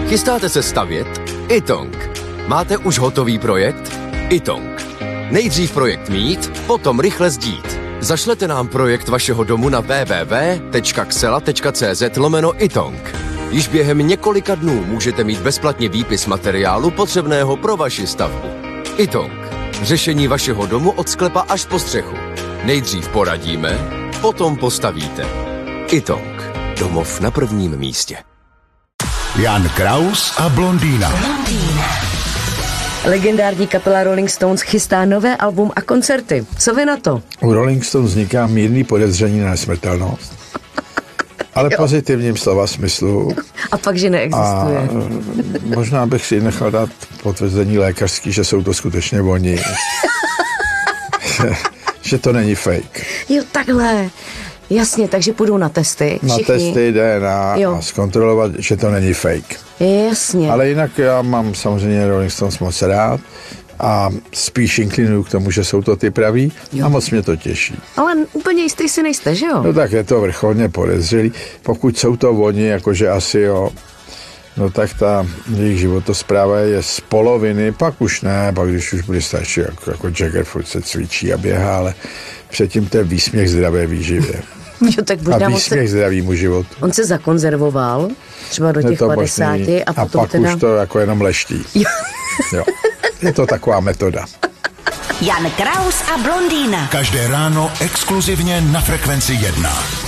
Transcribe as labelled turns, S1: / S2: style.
S1: Chystáte se stavět? iTong. Máte už hotový projekt? iTong. Nejdřív projekt mít, potom rychle sdít. Zašlete nám projekt vašeho domu na www.xela.cz/iTong. Již během několika dnů můžete mít bezplatně výpis materiálu potřebného pro vaši stavbu. iTong. Řešení vašeho domu od sklepa až po střechu. Nejdřív poradíme, potom postavíte. iTong. Domov na prvním místě.
S2: Jan Kraus a blondýna.
S3: Legendární kapela Rolling Stones chystá nové album a koncerty. Co vy na to?
S4: U Rolling Stones vzniká mírný podezření na nesmrtelnost. Ale pozitivním slova smyslu.
S3: A pak, že neexistuje.
S4: A možná bych si nechal dát potvrzení lékařský, že jsou to skutečně oni. Že to není fake.
S3: Jo, takhle. Jasně, takže půjdou na testy.
S4: Na testy DNA
S3: jo.
S4: A zkontrolovat, že to není fake.
S3: Jasně.
S4: Ale jinak já mám samozřejmě Rolling Stones moc rád a spíš inklinuju k tomu, že jsou to ty praví a moc mě to těší.
S3: Ale úplně jistý si nejste, že jo?
S4: No tak je to vrcholně podezřelý. Pokud jsou to oni, jakože asi jo, no tak ta jejich životospráva je z poloviny, pak už ne, pak když už bude starší, jako Jagger furt se cvičí a běhá, ale předtím to je výsměch zdravé výživě.
S3: Jo, tak
S4: a výsměch zdravýmu životu.
S3: On se zakonzervoval třeba do těch 50 a potom
S4: pak už to jako jenom leští. Jo. Je to taková metoda.
S5: Jan Kraus a blondýna.
S2: Každé ráno exkluzivně na Frekvenci 1.